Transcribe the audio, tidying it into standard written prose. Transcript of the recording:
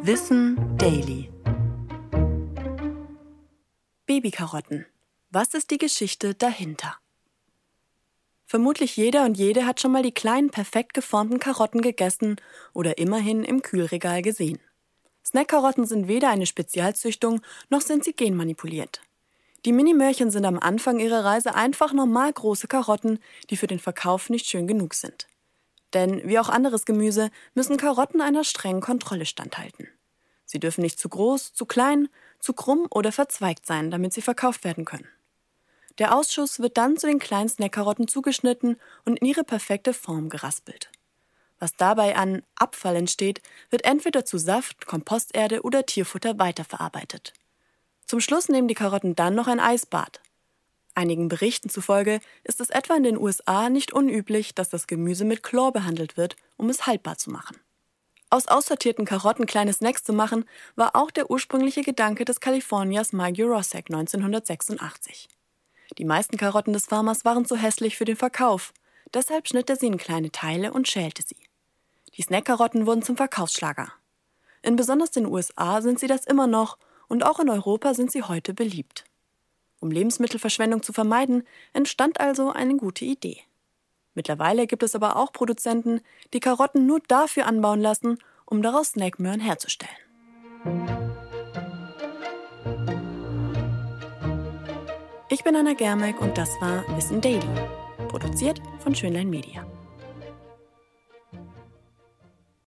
Wissen Daily. Babykarotten. Was ist die Geschichte dahinter? Vermutlich jeder und jede hat schon mal die kleinen, perfekt geformten Karotten gegessen oder immerhin im Kühlregal gesehen. Snackkarotten sind weder eine Spezialzüchtung, noch sind sie genmanipuliert. Die Mini-Möhrchen sind am Anfang ihrer Reise einfach normal große Karotten, die für den Verkauf nicht schön genug sind. Denn wie auch anderes Gemüse müssen Karotten einer strengen Kontrolle standhalten. Sie dürfen nicht zu groß, zu klein, zu krumm oder verzweigt sein, damit sie verkauft werden können. Der Ausschuss wird dann zu den kleinen Snackkarotten zugeschnitten und in ihre perfekte Form geraspelt. Was dabei an Abfall entsteht, wird entweder zu Saft, Komposterde oder Tierfutter weiterverarbeitet. Zum Schluss nehmen die Karotten dann noch ein Eisbad. Einigen Berichten zufolge ist es etwa in den USA nicht unüblich, dass das Gemüse mit Chlor behandelt wird, um es haltbar zu machen. Aus aussortierten Karotten kleine Snacks zu machen, war auch der ursprüngliche Gedanke des Kaliforniers Mike Yurosek 1986. Die meisten Karotten des Farmers waren zu hässlich für den Verkauf, deshalb schnitt er sie in kleine Teile und schälte sie. Die Snackkarotten wurden zum Verkaufsschlager. In besonders den USA sind sie das immer noch und auch in Europa sind sie heute beliebt. Um Lebensmittelverschwendung zu vermeiden, entstand also eine gute Idee. Mittlerweile gibt es aber auch Produzenten, die Karotten nur dafür anbauen lassen, um daraus Snackmöhren herzustellen. Ich bin Anna Germeck und das war Wissen Daily, produziert von Schönlein Media.